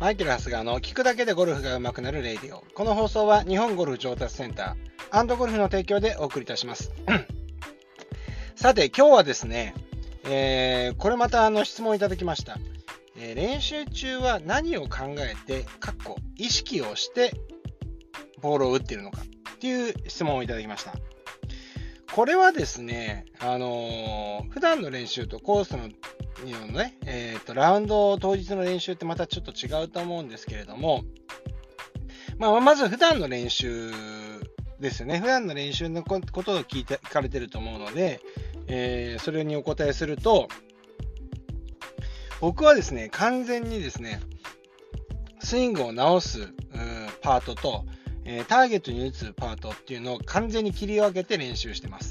マイケル・ハスガーの聞くだけでゴルフが上手くなるレイディオ。この放送は日本ゴルフ上達センター&ゴルフの提供でお送りいたします。さて、今日はですね、これまた質問いただきました。練習中は何を考えて、意識をしてボールを打っているのかっていう質問をいただきました。これはですね、普段の練習とコースのね、ラウンド当日の練習ってまたちょっと違うと思うんですけれども、まず普段の練習ですよね。普段の練習のことを聞かれてると思うので、それにお答えすると、僕はですね、完全にですね、スイングを直すパートと、ターゲットに打つパートっていうのを完全に切り分けて練習してます。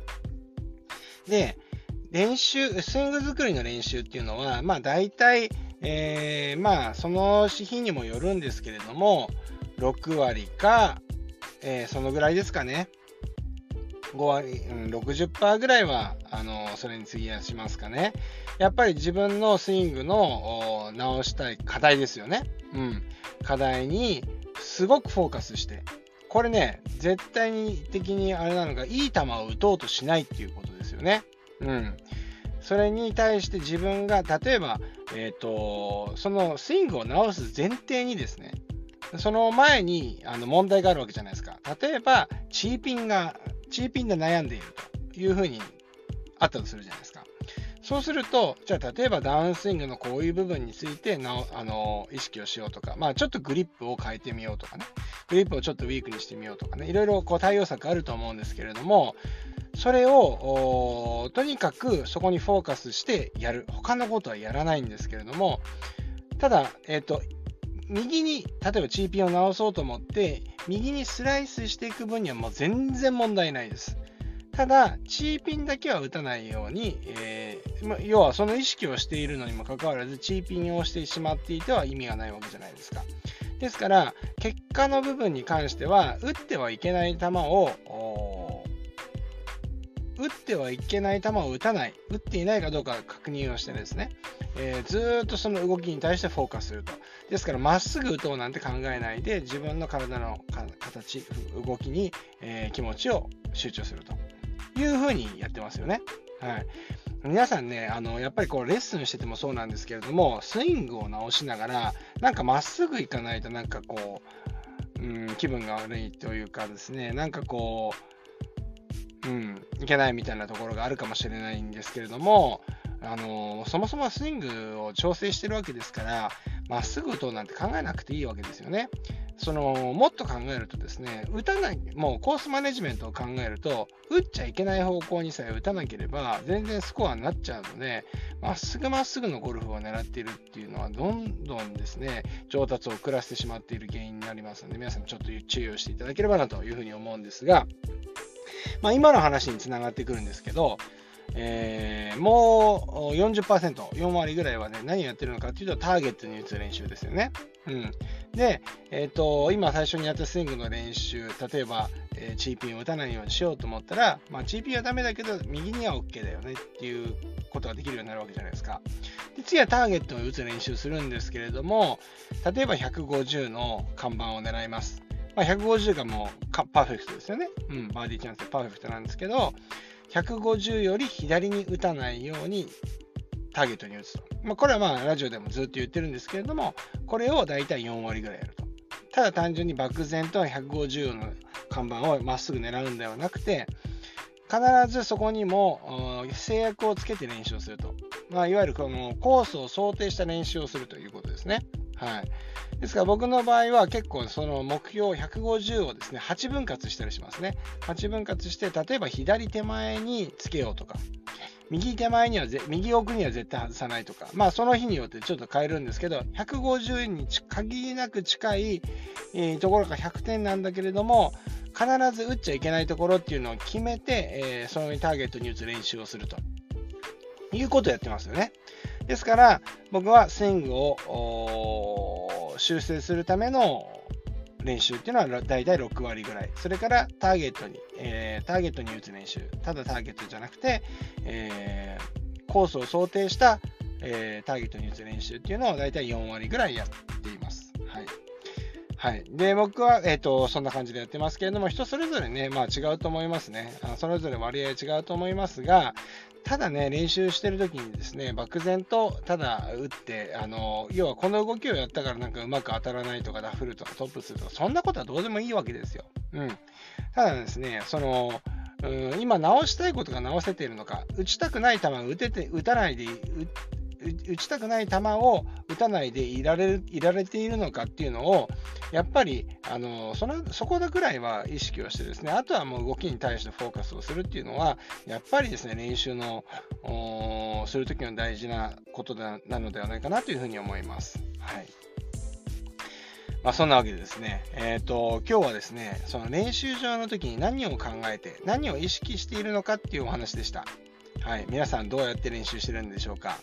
で、スイング作りの練習っていうのは、大体、その日にもよるんですけれども、6割か、そのぐらいですかね。5割、60% ぐらいは、それに費やしますかね。やっぱり自分のスイングの直したい課題ですよね。課題にすごくフォーカスして。これね、絶対的にあれなのが、いい球を打とうとしないっていうことですよね。それに対して自分が、例えば、そのスイングを直す前提にですね、その前に問題があるわけじゃないですか。例えば、チーピンで悩んでいるというふうにあったとするじゃないですか。そうすると、じゃあ例えばダウンスイングのこういう部分について意識をしようとか、ちょっとグリップを変えてみようとかね、グリップをちょっとウィークにしてみようとかね、いろいろ対応策あると思うんですけれども、それをとにかくそこにフォーカスしてやる。他のことはやらないんですけれども、ただ、右に、例えばチーピンを直そうと思って、右にスライスしていく分にはもう全然問題ないです。ただ、チーピンだけは打たないように、要はその意識をしているのにもかかわらず、チーピンをしてしまっていては意味がないわけじゃないですか。ですから、結果の部分に関しては、打ってはいけない球を打たない、打っていないかどうか確認をしてですね、ずーっとその動きに対してフォーカスすると。ですから、まっすぐ打とうなんて考えないで、自分の体の形、動きに、気持ちを集中するというふうにやってますよね。はい。皆さんね、やっぱりレッスンしててもそうなんですけれども、スイングを直しながら、まっすぐ行かないと気分が悪いというかですね、いけないみたいなところがあるかもしれないんですけれども、そもそもスイングを調整してるわけですから、まっすぐ打とうなんて考えなくていいわけですよね。もっと考えるとですね、もうコースマネジメントを考えると、打っちゃいけない方向にさえ打たなければ、全然スコアになっちゃうので、まっすぐのゴルフを狙っているっていうのは、どんどんですね、上達を遅らせてしまっている原因になりますので、皆さんちょっと注意をしていただければなというふうに思うんですが、今の話につながってくるんですけど、もう 40%、4割ぐらいはね、何をやってるのかっていうと、ターゲットに打つ練習ですよね。で、今最初にやったスイングの練習、例えば、チーピンを打たないようにしようと思ったら、チーピンはダメだけど、右には OK だよねっていうことができるようになるわけじゃないですか。で、次はターゲットを打つ練習するんですけれども、例えば150の看板を狙います。150がもうパーフェクトですよね。バーディーチャンスでパーフェクトなんですけど、150より左に打たないようにターゲットに打つと。これはラジオでもずっと言ってるんですけれども、これをだいたい4割ぐらいやると。ただ単純に漠然と150の看板をまっすぐ狙うんではなくて、必ずそこにも制約をつけて練習をすると。いわゆるこのコースを想定した練習をするということですね。はい。ですから僕の場合は結構その目標150をですね、8分割したりしますね。8分割して、例えば左手前につけようとか、右奥には絶対外さないとか、その日によってちょっと変えるんですけど、150に限りなく近い、ところが100点なんだけれども、必ず打っちゃいけないところっていうのを決めて、そのターゲットに打つ練習をするということをやってますよね。ですから、僕はスイングを修正するための練習っていうのはだいたい6割ぐらい。それからターゲットに打つ練習。ただターゲットじゃなくて、コースを想定したターゲットに打つ練習っていうのをだいたい4割ぐらいやっています。はい。はい。で、僕は、そんな感じでやってますけれども、人それぞれね、違うと思いますね。それぞれ割合違うと思いますが、ただね、練習してる時にですね、漠然とただ打って、要はこの動きをやったからなんかうまく当たらないとか、ダフルとかトップするとか、そんなことはどうでもいいわけですよ。ただですね、今直したいことが直せているのか、打ちたくない球を打たないで、打ちたくない球を打たないでいられているのかっていうのを、やっぱりそこぐらいは意識をしてですね、あとはもう動きに対してフォーカスをするっていうのは、やっぱりですね、練習のするときの大事なことなのではないかなというふうに思います。はい。そんなわけでですね、今日はですね、その練習場の時に何を考えて、何を意識しているのかっていうお話でした。はい、皆さんどうやって練習してるんでしょうか。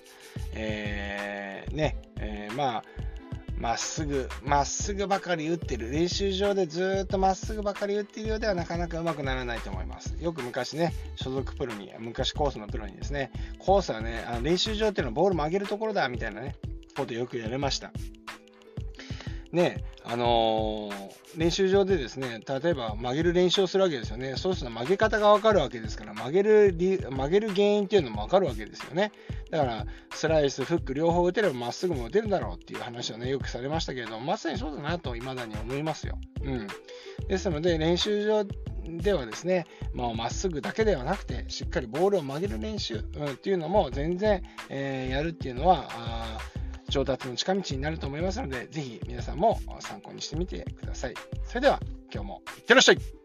まっすぐばかり打ってる。練習場でずっとまっすぐばかり打っているようではなかなかうまくならないと思います。よく昔ね、昔コースのプロにですね、コースはね、練習場っていうのはボール曲げるところだみたいなね、ことよくやれました。ね、練習場でですね、例えば曲げる練習をするわけですよね。そうすると曲げ方がわかるわけですから、曲げる原因っていうのもわかるわけですよね。だから、スライス、フック両方打てればまっすぐも打てるだろうっていう話をね、よくされましたけれども、まさにそうだなと未だに思いますよ。ですので、練習場ではですね、まっすぐだけではなくて、しっかりボールを曲げる練習、っていうのも全然、やるっていうのは、上達の近道になると思いますので、ぜひ皆さんも参考にしてみてください。それでは今日もいってらっしゃい。